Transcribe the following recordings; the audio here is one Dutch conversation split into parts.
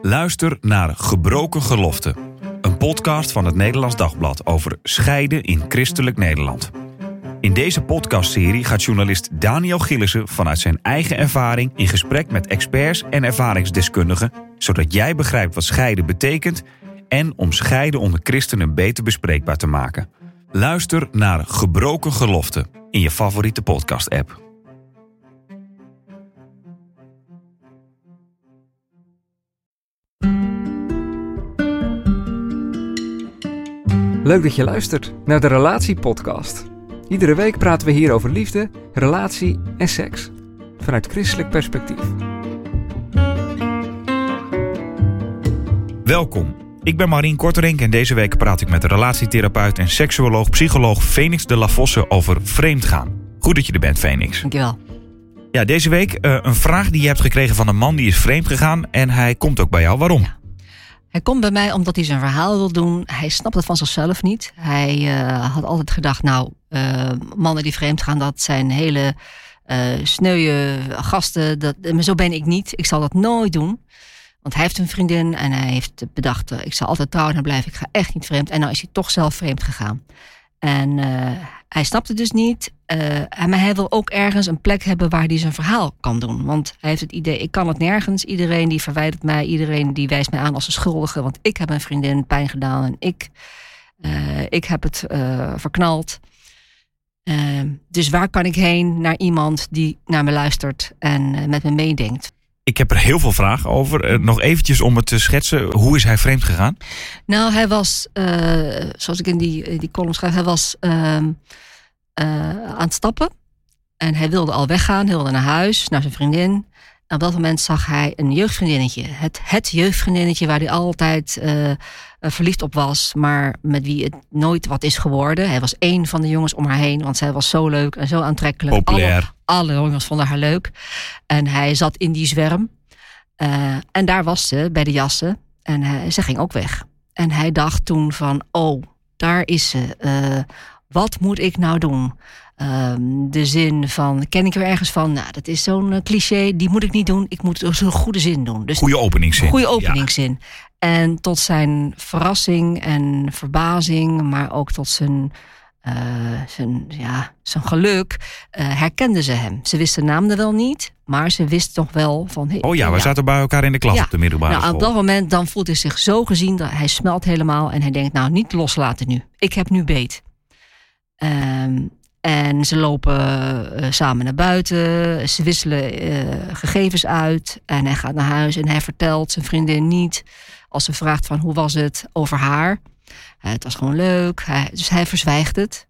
Luister naar Gebroken Geloften. Een podcast van het Nederlands Dagblad over scheiden in christelijk Nederland. In deze podcastserie gaat journalist Daniel Gillissen vanuit zijn eigen ervaring in gesprek met experts en ervaringsdeskundigen, zodat jij begrijpt wat scheiden betekent en om scheiden onder christenen beter bespreekbaar te maken. Luister naar Gebroken Geloften in je favoriete podcast-app. Leuk dat je luistert naar de Relatie-podcast. Iedere week praten we hier over liefde, relatie en seks. Vanuit christelijk perspectief. Welkom, ik ben Marien Korterink en deze week praat ik met de relatietherapeut en seksuoloog-psycholoog Fenix de la Fosse over vreemdgaan. Goed dat je er bent, Fenix. Dankjewel. Ja, deze week een vraag die je hebt gekregen van een man die is vreemd gegaan en hij komt ook bij jou. Waarom? Ja. Hij komt bij mij omdat hij zijn verhaal wil doen. Hij snapt het van zichzelf niet. Hij had altijd gedacht, mannen die vreemd gaan, dat zijn hele sneuwe gasten. Maar zo ben ik niet. Ik zal dat nooit doen. Want hij heeft een vriendin en hij heeft bedacht, ik zal altijd trouwen en blijven. Ik ga echt niet vreemd. En nou is hij toch zelf vreemd gegaan. En hij snapt het dus niet. Maar hij wil ook ergens een plek hebben waar hij zijn verhaal kan doen. Want hij heeft het idee, ik kan het nergens. Iedereen die verwijdert mij. Iedereen die wijst mij aan als een schuldige. Want ik heb mijn vriendin pijn gedaan. En ik heb het verknald. Dus waar kan ik heen naar iemand die naar me luistert en met me meedenkt? Ik heb er heel veel vragen over. Nog eventjes om het te schetsen. Hoe is hij vreemd gegaan? Nou, hij was, zoals ik in die column schrijf, hij was aan het stappen. En hij wilde al weggaan, hij wilde naar huis, naar zijn vriendin. En op dat moment zag hij een jeugdvriendinnetje. Het jeugdvriendinnetje waar hij altijd verliefd op was, maar met wie het nooit wat is geworden. Hij was één van de jongens om haar heen, want zij was zo leuk en zo aantrekkelijk. Populair. Alle jongens vonden haar leuk. En hij zat in die zwerm. En daar was ze, bij de jassen. En ze ging ook weg. En hij dacht toen van, daar is ze. Wat moet ik nou doen? De zin van, ken ik er ergens van? Nou, dat is zo'n cliché, die moet ik niet doen. Ik moet zo'n goede zin doen. Dus goede openingszin. Goede openingszin. Ja. En tot zijn verrassing en verbazing, maar ook tot zijn geluk, herkende ze hem. Ze wist de naam er wel niet, maar ze wist toch wel van... we zaten bij elkaar in de klas op de middelbare school. Op dat moment dan voelt hij zich zo gezien, dat hij smelt helemaal en hij denkt, niet loslaten nu. Ik heb nu beet. En ze lopen samen naar buiten. Ze wisselen gegevens uit. En hij gaat naar huis en hij vertelt zijn vriendin niet. Als ze vraagt van hoe was het over haar. Het was gewoon leuk. Dus hij verzwijgt het.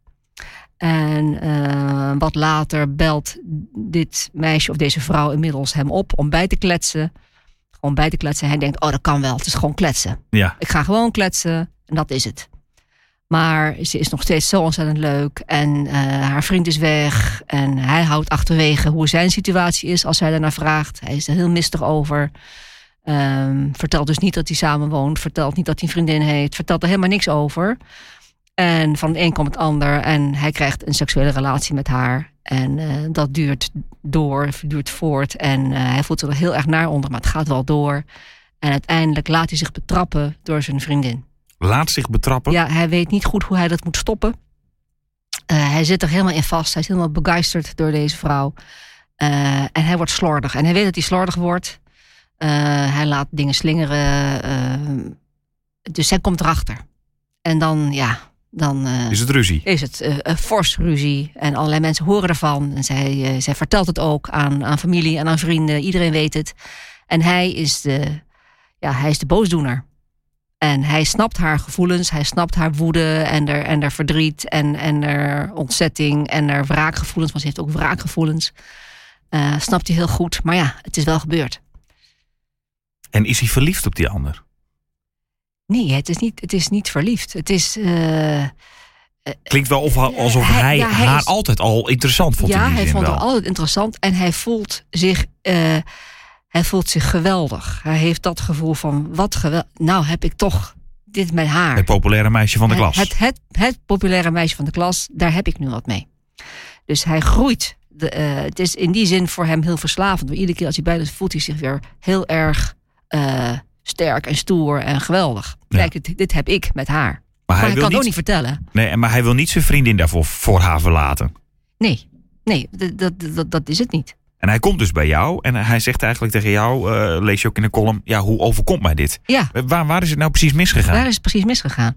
En wat later belt dit meisje of deze vrouw inmiddels hem op om bij te kletsen. Gewoon bij te kletsen. Hij denkt, dat kan wel. Het is gewoon kletsen. Ja. Ik ga gewoon kletsen en dat is het. Maar ze is nog steeds zo ontzettend leuk. En haar vriend is weg. En hij houdt achterwege hoe zijn situatie is als zij daarnaar vraagt. Hij is er heel mistig over. Vertelt dus niet dat hij samenwoont. Vertelt niet dat hij een vriendin heeft. Vertelt er helemaal niks over. En van het een komt het ander. En hij krijgt een seksuele relatie met haar. En dat duurt voort. En hij voelt zich er heel erg naar onder. Maar het gaat wel door. En uiteindelijk laat hij zich betrappen door zijn vriendin. Laat zich betrappen? Ja, hij weet niet goed hoe hij dat moet stoppen. Hij zit er helemaal in vast. Hij is helemaal begeisterd door deze vrouw. En hij wordt slordig. En hij weet dat hij slordig wordt. Hij laat dingen slingeren. Dus hij komt erachter. En dan is het ruzie? Is het fors ruzie. En allerlei mensen horen ervan. En zij vertelt het ook aan familie en aan vrienden. Iedereen weet het. En hij is de boosdoener. En hij snapt haar gevoelens, hij snapt haar woede en haar verdriet en haar ontzetting en haar wraakgevoelens, want ze heeft ook wraakgevoelens. Snapt hij heel goed, maar het is wel gebeurd. En is hij verliefd op die ander? Nee, het is niet verliefd. Het is... Klinkt wel alsof hij haar altijd al interessant vond. Ja, hij vond haar altijd interessant en hij voelt zich... Hij voelt zich geweldig. Hij heeft dat gevoel van, wat geweldig. Nou heb ik toch dit met haar. Het populaire meisje van de klas. Het populaire meisje van de klas, daar heb ik nu wat mee. Dus hij groeit. Het is in die zin voor hem heel verslavend. Maar iedere keer als hij bij is, voelt hij zich weer heel erg sterk en stoer en geweldig. Ja. Kijk, dit heb ik met haar. Maar hij wil kan het niet, ook niet vertellen. Nee, maar hij wil niet zijn vriendin daarvoor voor haar verlaten. Nee, dat is het niet. En hij komt dus bij jou en hij zegt eigenlijk tegen jou, lees je ook in de column, ja, hoe overkomt mij dit? Ja. Waar is het nou precies misgegaan? Waar is het precies misgegaan?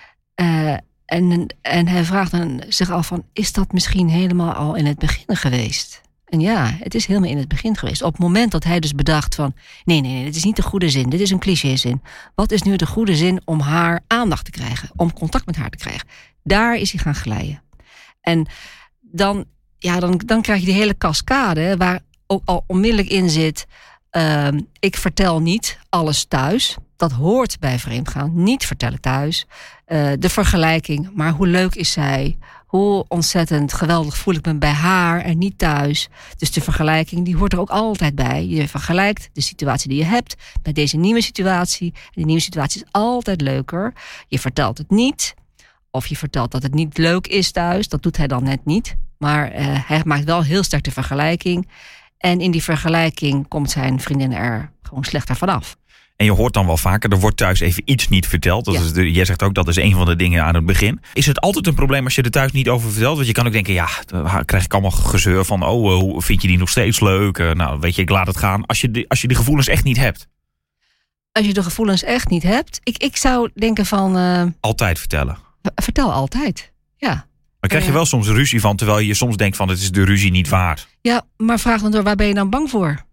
En hij vraagt dan zich af van, is dat misschien helemaal al in het begin geweest? En ja, het is helemaal in het begin geweest. Op het moment dat hij dus bedacht van, nee, dit is niet de goede zin. Dit is een clichézin. Wat is nu de goede zin om haar aandacht te krijgen? Om contact met haar te krijgen? Daar is hij gaan glijden. En dan krijg je die hele cascade waar ook al onmiddellijk in zit, ik vertel niet alles thuis. Dat hoort bij vreemdgaan. Niet vertellen thuis. De vergelijking, maar hoe leuk is zij? Hoe ontzettend geweldig voel ik me bij haar en niet thuis. Dus de vergelijking, die hoort er ook altijd bij. Je vergelijkt de situatie die je hebt met deze nieuwe situatie. En die nieuwe situatie is altijd leuker. Je vertelt het niet. Of je vertelt dat het niet leuk is thuis. Dat doet hij dan net niet. Maar hij maakt wel heel sterk de vergelijking. En in die vergelijking komt zijn vriendin er gewoon slechter vanaf. En je hoort dan wel vaker, er wordt thuis even iets niet verteld. Dat is jij zegt ook, dat is een van de dingen aan het begin. Is het altijd een probleem als je er thuis niet over vertelt? Want je kan ook denken, ja, dan krijg ik allemaal gezeur van, hoe vind je die nog steeds leuk? Nou, weet je, ik laat het gaan. Als je die gevoelens echt niet hebt. Als je de gevoelens echt niet hebt, ik zou denken van, altijd vertellen. Vertel altijd, ja. Maar krijg je wel soms ruzie van, terwijl je soms denkt van, het is de ruzie niet waard. Ja, maar vraag dan door, waar ben je dan bang voor?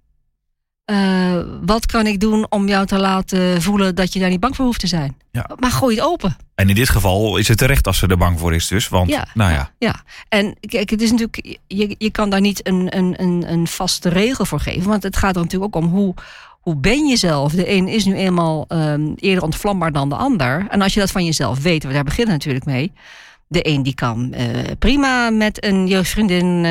Wat kan ik doen om jou te laten voelen dat je daar niet bang voor hoeft te zijn? Ja. Maar gooi het open. En in dit geval is het terecht als ze er bang voor is dus. Want, Ja. En kijk, het is natuurlijk, je kan daar niet een vaste regel voor geven. Want het gaat er natuurlijk ook om hoe ben je zelf? De een is nu eenmaal eerder ontvlambaar dan de ander. En als je dat van jezelf weet, daar beginnen natuurlijk mee. De een die kan prima met een jeugdvriendin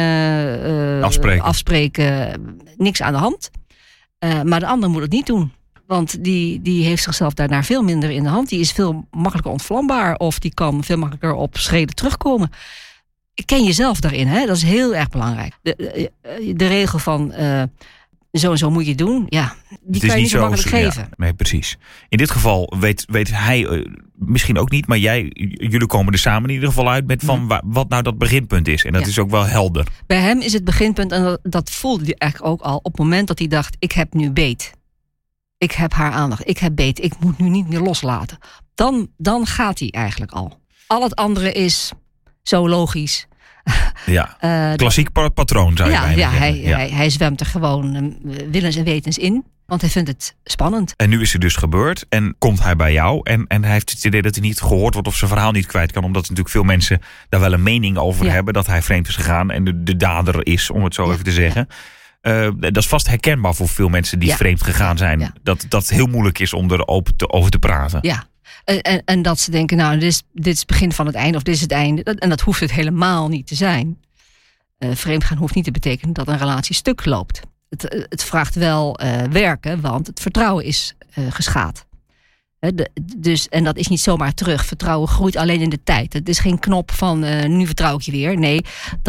afspreken. Niks aan de hand. Maar de ander moet het niet doen. Want die heeft zichzelf daarna veel minder in de hand. Die is veel makkelijker ontvlambaar. Of die kan veel makkelijker op schreden terugkomen. Ken jezelf daarin. Hè? Dat is heel erg belangrijk. De regel van zo en zo moet je het doen. Ja, die kan je niet zo makkelijk geven. Ja, nee, precies. In dit geval weet hij misschien ook niet. Maar jullie komen er samen in ieder geval uit met van wat nou dat beginpunt is. En dat is ook wel helder. Bij hem is het beginpunt, en dat voelde hij eigenlijk ook al op het moment dat hij dacht, ik heb nu beet. Ik heb haar aandacht. Ik heb beet. Ik moet nu niet meer loslaten. Dan gaat hij eigenlijk al. Al het andere is zo logisch. Ja, klassiek patroon zou je bijna zeggen. Hij zwemt er gewoon willens en wetens in. Want hij vindt het spannend. En nu is het dus gebeurd. En komt hij bij jou. En hij heeft het idee dat hij niet gehoord wordt of zijn verhaal niet kwijt kan. Omdat natuurlijk veel mensen daar wel een mening over hebben. Dat hij vreemd is gegaan en de dader is, om het zo even te zeggen. Dat is vast herkenbaar voor veel mensen die vreemd gegaan zijn. Ja. Dat het heel moeilijk is om er over te praten. Ja. En dat ze denken, nou, dit is het begin van het einde of dit is het einde. En dat hoeft het helemaal niet te zijn. Vreemdgaan hoeft niet te betekenen dat een relatie stuk loopt. Het vraagt wel werken, want het vertrouwen is geschaad. En dat is niet zomaar terug. Vertrouwen groeit alleen in de tijd. Het is geen knop van nu vertrouw ik je weer. Nee,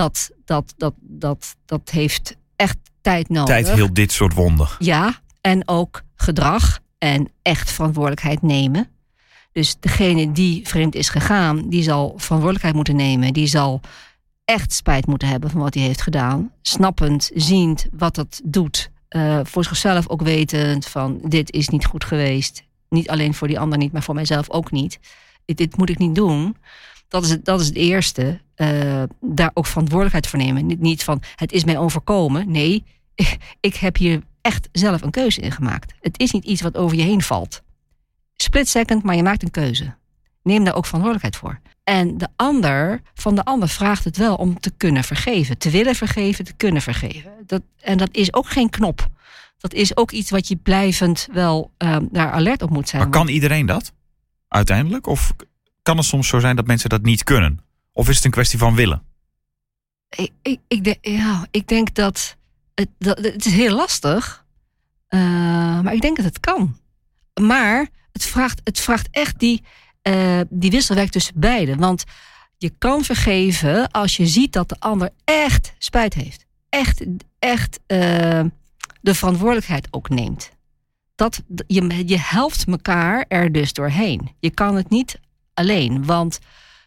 dat heeft echt tijd nodig. Tijd hield dit soort wonden. Ja, en ook gedrag en echt verantwoordelijkheid nemen. Dus degene die vreemd is gegaan, die zal verantwoordelijkheid moeten nemen. Die zal echt spijt moeten hebben van wat hij heeft gedaan. Snappend, ziend wat dat doet. Voor zichzelf ook wetend van dit is niet goed geweest. Niet alleen voor die ander niet, maar voor mijzelf ook niet. Dit moet ik niet doen. Dat is het eerste. Daar ook verantwoordelijkheid voor nemen. Niet van het is mij overkomen. Nee, ik heb hier echt zelf een keuze in gemaakt. Het is niet iets wat over je heen valt. Split second, maar je maakt een keuze. Neem daar ook verantwoordelijkheid voor. En van de ander vraagt het wel om te kunnen vergeven. Te willen vergeven, te kunnen vergeven. Dat is ook geen knop. Dat is ook iets wat je blijvend wel daar alert op moet zijn. Maar kan iedereen dat? Uiteindelijk? Of kan het soms zo zijn dat mensen dat niet kunnen? Of is het een kwestie van willen? Ik denk dat het is heel lastig. Maar ik denk dat het kan. Maar het vraagt echt die wisselwerking tussen beiden. Want je kan vergeven als je ziet dat de ander echt spijt heeft. Echt de verantwoordelijkheid ook neemt. je helpt elkaar er dus doorheen. Je kan het niet alleen, want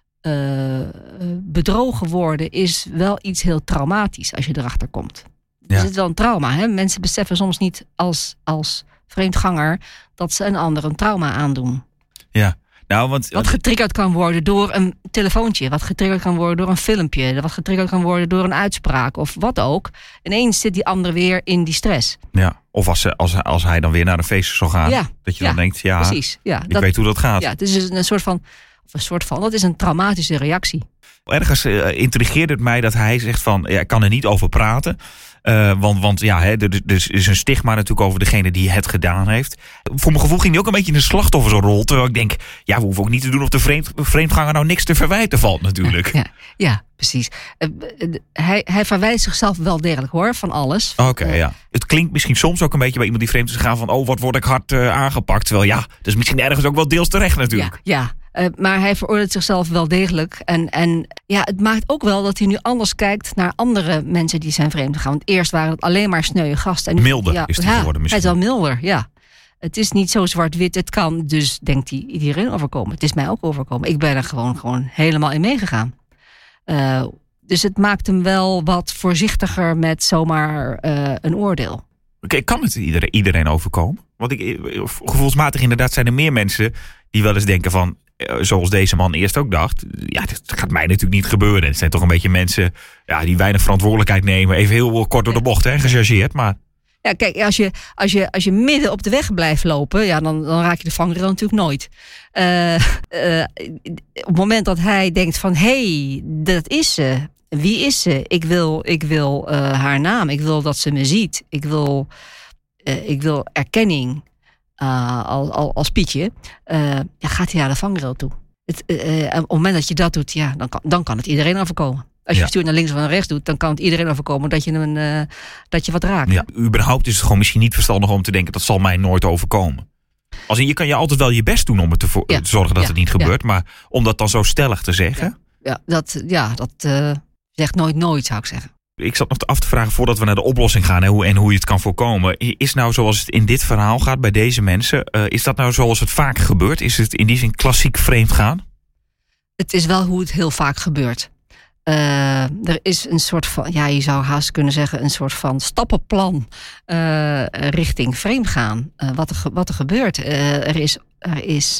bedrogen worden is wel iets heel traumatisch als je erachter komt. Ja. Dus het is wel een trauma. Hè? Mensen beseffen soms niet als vreemdganger dat ze een ander een trauma aandoen. Ja. Nou, wat getriggerd kan worden door een telefoontje. Wat getriggerd kan worden door een filmpje. Wat getriggerd kan worden door een uitspraak. Of wat ook. Ineens zit die ander weer in die stress. Ja, of als hij dan weer naar een feest zal gaan. Ja, dat je dan denkt, precies, ik weet hoe dat gaat. Ja, het is een soort van, dat is een traumatische reactie. Ergens intrigeerde het mij dat hij zegt van, ik kan er niet over praten. Want er is een stigma natuurlijk over degene die het gedaan heeft. Voor mijn gevoel ging hij ook een beetje in de slachtoffersrol. Terwijl ik denk, we hoeven ook niet te doen of de vreemdganger nou niks te verwijten valt natuurlijk. Ja, precies. Hij verwijt zichzelf wel degelijk hoor, van alles. Oké. Het klinkt misschien soms ook een beetje bij iemand die vreemd is gegaan van, wat word ik hard aangepakt. Terwijl dat is misschien ergens ook wel deels terecht natuurlijk. Ja. Maar hij veroordeelt zichzelf wel degelijk. En het maakt ook wel dat hij nu anders kijkt naar andere mensen die zijn vreemd gegaan. Want eerst waren het alleen maar sneuwe gasten. En milder is hij geworden misschien. Hij is wel milder, ja. Het is niet zo zwart-wit. Het kan dus, denkt hij, iedereen overkomen. Het is mij ook overkomen. Ik ben er gewoon helemaal in meegegaan. Dus het maakt hem wel wat voorzichtiger met zomaar een oordeel. Kan het iedereen overkomen? Want gevoelsmatig inderdaad zijn er meer mensen die wel eens denken van, zoals deze man eerst ook dacht, dit gaat mij natuurlijk niet gebeuren. Het zijn toch een beetje mensen die weinig verantwoordelijkheid nemen. Even heel kort door de bocht, gechargeerd, maar... Ja, kijk, als je midden op de weg blijft lopen, dan raak je de vangrail natuurlijk nooit. Op het moment dat hij denkt van, dat is ze. Wie is ze? Ik wil haar naam. Ik wil dat ze me ziet. Ik wil erkenning. Als Pietje, gaat hij naar de vangrail toe. Op het moment dat je dat doet, dan kan het iedereen overkomen. Als je stuurt naar links of naar rechts doet, dan kan het iedereen overkomen dat je wat raakt. Ja, überhaupt is het gewoon misschien niet verstandig om te denken, dat zal mij nooit overkomen. Je kan altijd wel je best doen om te zorgen dat het niet gebeurt, maar om dat dan zo stellig te zeggen. Dat zegt nooit, zou ik zeggen. Ik zat nog af te vragen voordat we naar de oplossing gaan en hoe je het kan voorkomen. Is nou zoals het in dit verhaal gaat bij deze mensen, is dat nou zoals het vaak gebeurt? Is het in die zin klassiek vreemd gaan? Het is wel hoe het heel vaak gebeurt. Er is een soort van, je zou haast kunnen zeggen, een soort van stappenplan richting vreemd gaan. Wat er gebeurt. Er is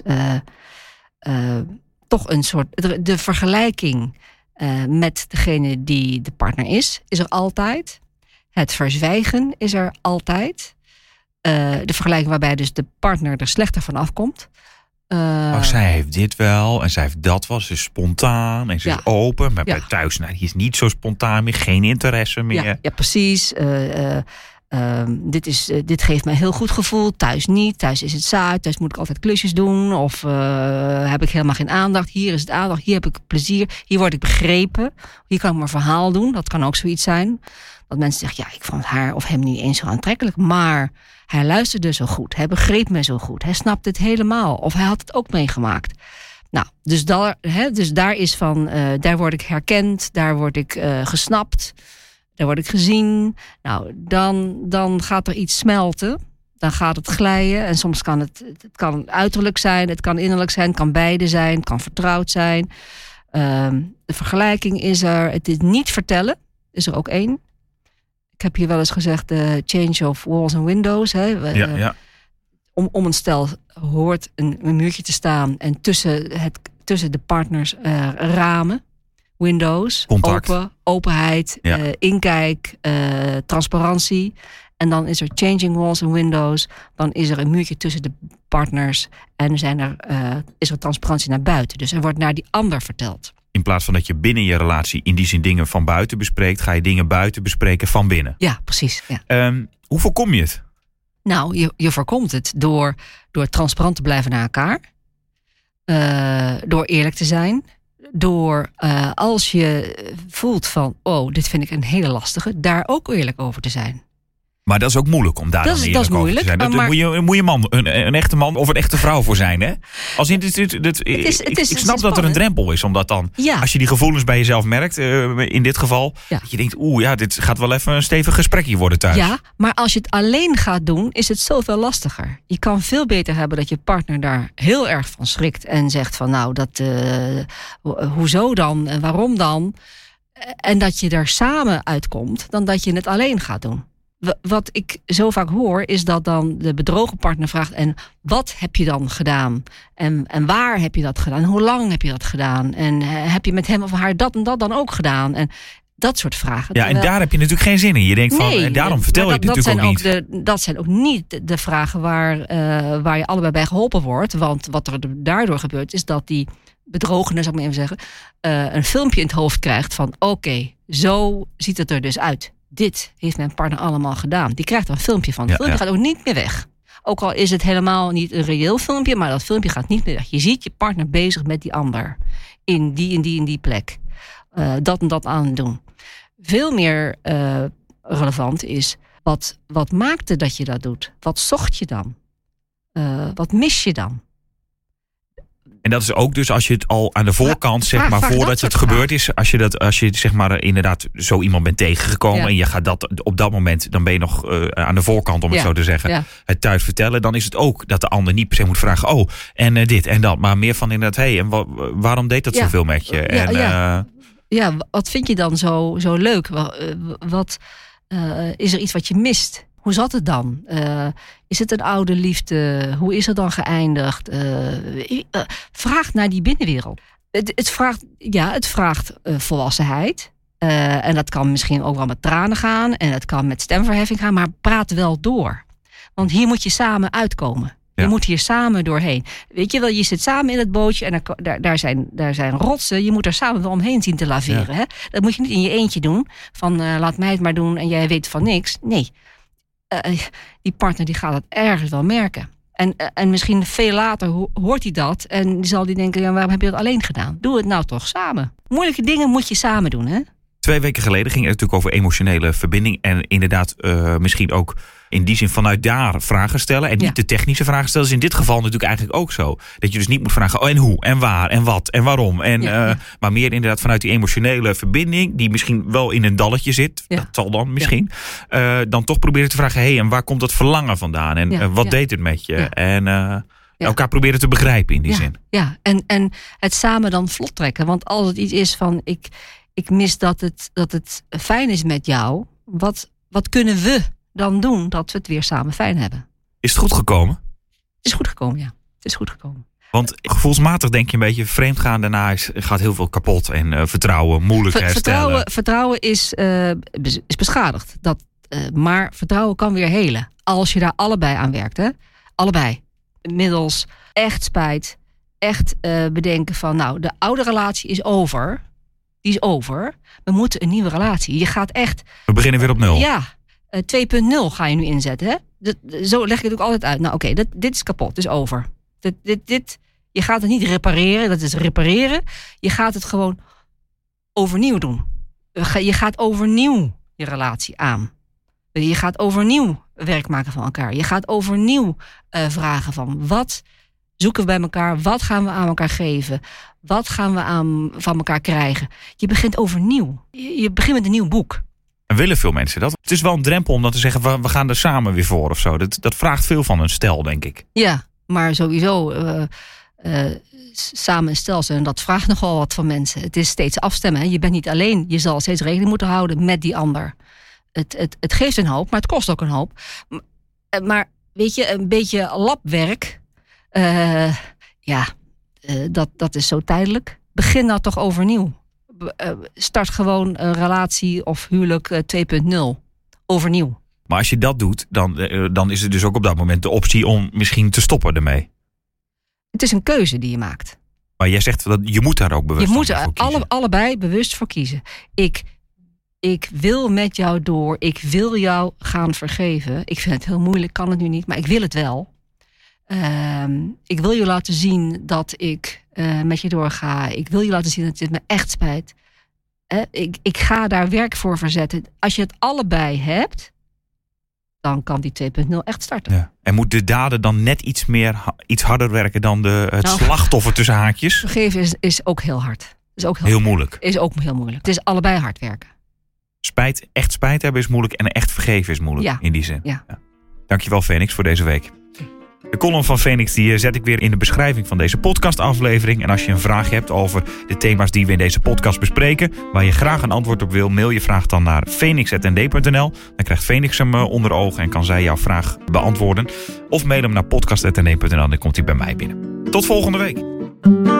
toch een soort, de vergelijking met degene die de partner is er altijd. Het verzwijgen is er altijd. De vergelijking waarbij dus de partner er slechter van afkomt. Zij heeft dit wel en zij heeft dat wel. Ze is spontaan en ze is open. Maar bij thuis, die is niet zo spontaan meer. Geen interesse meer. Ja, precies. Dit geeft mij een heel goed gevoel. Thuis niet. Thuis is het saai. Thuis moet ik altijd klusjes doen. Of heb ik helemaal geen aandacht. Hier is het aandacht. Hier heb ik plezier. Hier word ik begrepen. Hier kan ik mijn verhaal doen. Dat kan ook zoiets zijn. Dat mensen zeggen, ik vond haar of hem niet eens zo aantrekkelijk. Maar hij luisterde zo goed. Hij begreep me zo goed. Hij snapte het helemaal. Of hij had het ook meegemaakt. Nou, dus daar is van, daar word ik herkend. Daar word ik gesnapt. Daar word ik gezien. Nou, dan gaat er iets smelten. Dan gaat het glijden. En soms kan het kan uiterlijk zijn. Het kan innerlijk zijn. Het kan beide zijn. Het kan vertrouwd zijn. De vergelijking is er. Het is niet vertellen. Is er ook één. Ik heb hier wel eens gezegd, de change of walls and windows. Om een stel hoort een muurtje te staan. En tussen de partners ramen. Windows, openheid, inkijk, transparantie. En dan is er changing walls and windows. Dan is er een muurtje tussen de partners. En is er transparantie naar buiten. Dus er wordt naar die ander verteld. In plaats van dat je binnen je relatie in die zin dingen van buiten bespreekt, ga je dingen buiten bespreken van binnen. Ja, precies. Ja. Hoe voorkom je het? Nou, je voorkomt het door transparant te blijven naar elkaar. Door eerlijk te zijn. Door als je voelt van, dit vind ik een hele lastige, daar ook eerlijk over te zijn. Maar dat is ook moeilijk om daar dan eerlijk over te zijn. Daar moet je man, een echte man of een echte vrouw voor zijn. Hè? Als in ik snap dat er een drempel is. Omdat dan, als je die gevoelens bij jezelf merkt, in dit geval, dat je denkt, dit gaat wel even een stevig gesprekje worden thuis. Ja, maar als je het alleen gaat doen, is het zoveel lastiger. Je kan veel beter hebben dat je partner daar heel erg van schrikt en zegt van hoezo dan en waarom dan? En dat je er samen uitkomt, dan dat je het alleen gaat doen. Wat ik zo vaak hoor, is dat dan de bedrogen partner vraagt, en wat heb je dan gedaan? En waar heb je dat gedaan? Hoe lang heb je dat gedaan? En heb je met hem of haar dat en dat dan ook gedaan? En dat soort vragen. Ja, en daar heb je natuurlijk geen zin in. Je denkt en daarom vertel je het natuurlijk ook niet. Dat zijn ook niet de vragen waar je allebei bij geholpen wordt. Want wat er daardoor gebeurt, is dat die bedrogene, zou ik maar even zeggen, een filmpje in het hoofd krijgt van oké, zo ziet het er dus uit. Dit heeft mijn partner allemaal gedaan. Die krijgt er een filmpje van. Het filmpje gaat ook niet meer weg. Ook al is het helemaal niet een reëel filmpje, maar dat filmpje gaat niet meer weg. Je ziet je partner bezig met die ander. In die plek. Dat en dat aan het doen. Veel meer relevant is, wat maakte dat je dat doet? Wat zocht je dan? Wat mis je dan? En dat is ook dus als je het al aan de voorkant, voordat het gebeurd is, als je zeg maar inderdaad zo iemand bent tegengekomen en je gaat dat op dat moment, dan ben je nog aan de voorkant, om het zo te zeggen, het thuis vertellen, dan is het ook dat de ander niet per se moet vragen, en dit en dat, maar meer van inderdaad, en waarom deed dat zoveel met je? Wat vind je dan zo leuk? Wat is er iets wat je mist? Hoe zat het dan? Is het een oude liefde? Hoe is het dan geëindigd? Vraag naar die binnenwereld. Het vraagt volwassenheid. En dat kan misschien ook wel met tranen gaan. En het kan met stemverheffing gaan. Maar praat wel door. Want hier moet je samen uitkomen. Je moet hier samen doorheen. Weet je wel, je zit samen in het bootje en daar zijn rotsen. Je moet er samen wel omheen zien te laveren. Hè? Dat moet je niet in je eentje doen. Van laat mij het maar doen en jij weet van niks. Nee. Die partner die gaat het ergens wel merken. En misschien veel later hoort hij dat. En zal die denken, waarom heb je dat alleen gedaan? Doe het nou toch samen. Moeilijke dingen moet je samen doen, hè? 2 weken geleden ging het natuurlijk over emotionele verbinding. En inderdaad misschien ook in die zin vanuit daar vragen stellen. En niet de technische vragen stellen. Dat is in dit geval natuurlijk eigenlijk ook zo. Dat je dus niet moet vragen, en hoe, en waar, en wat, en waarom. Maar meer inderdaad vanuit die emotionele verbinding, die misschien wel in een dalletje zit. Dat zal dan misschien. Dan toch proberen te vragen, en waar komt dat verlangen vandaan? En wat deed het met je? En elkaar proberen te begrijpen in die zin. Ja, en het samen dan vlot trekken. Want als het iets is van, ik mis dat het fijn is met jou. Wat kunnen we dan doen dat we het weer samen fijn hebben? Is het goed gekomen? Het is goed gekomen, ja. Het is goed gekomen. Want gevoelsmatig denk je een beetje, vreemdgaan daarna gaat heel veel kapot. En vertrouwen moeilijk herstellen. Vertrouwen is beschadigd. Maar vertrouwen kan weer helen. Als je daar allebei aan werkt. Hè? Allebei. Middels echt spijt. Echt bedenken van, de oude relatie is over. Die is over. We moeten een nieuwe relatie. Je gaat echt... We beginnen weer op 0. Ja. 2.0 ga je nu inzetten. Hè? Zo leg ik het ook altijd uit. Nou oké, dit is kapot. Het is over. Je gaat het niet repareren. Dat is repareren. Je gaat het gewoon overnieuw doen. Je gaat overnieuw je relatie aan. Je gaat overnieuw werk maken van elkaar. Je gaat overnieuw vragen van wat zoeken we bij elkaar? Wat gaan we aan elkaar geven? Wat gaan we van elkaar krijgen? Je begint overnieuw. Je begint met een nieuw boek. En willen veel mensen dat? Het is wel een drempel om dan te zeggen, we gaan er samen weer voor of zo. Dat vraagt veel van een stel, denk ik. Ja, maar sowieso samen een stel zijn, dat vraagt nogal wat van mensen. Het is steeds afstemmen. Hè? Je bent niet alleen. Je zal steeds rekening moeten houden met die ander. Het geeft een hoop, maar het kost ook een hoop. Maar weet je, een beetje labwerk, dat is zo tijdelijk. Begin nou toch overnieuw. Start gewoon een relatie of huwelijk 2.0 overnieuw. Maar als je dat doet, dan is er dus ook op dat moment de optie om misschien te stoppen ermee. Het is een keuze die je maakt. Maar jij zegt dat je moet daar ook bewust voor kiezen. Je moet allebei bewust voor kiezen. Ik wil met jou door. Ik wil jou gaan vergeven. Ik vind het heel moeilijk, kan het nu niet, maar ik wil het wel. Ik wil je laten zien dat ik met je doorga. Ik wil je laten zien dat het me echt spijt. Ik ga daar werk voor verzetten. Als je het allebei hebt, dan kan die 2.0 echt starten. Ja. En moet de dader dan net iets harder werken dan het slachtoffer tussen haakjes? Vergeven is ook heel hard. Is ook heel moeilijk. Is ook heel moeilijk. Het is allebei hard werken. Echt spijt hebben is moeilijk en echt vergeven is moeilijk in die zin. Ja. Ja. Dankjewel Phoenix voor deze week. De column van Phoenix die zet ik weer in de beschrijving van deze podcastaflevering. En als je een vraag hebt over de thema's die we in deze podcast bespreken, waar je graag een antwoord op wil, mail je vraag dan naar phoenix@nd.nl. Dan krijgt Phoenix hem onder ogen en kan zij jouw vraag beantwoorden. Of mail hem naar podcast@nd.nl en dan komt hij bij mij binnen. Tot volgende week.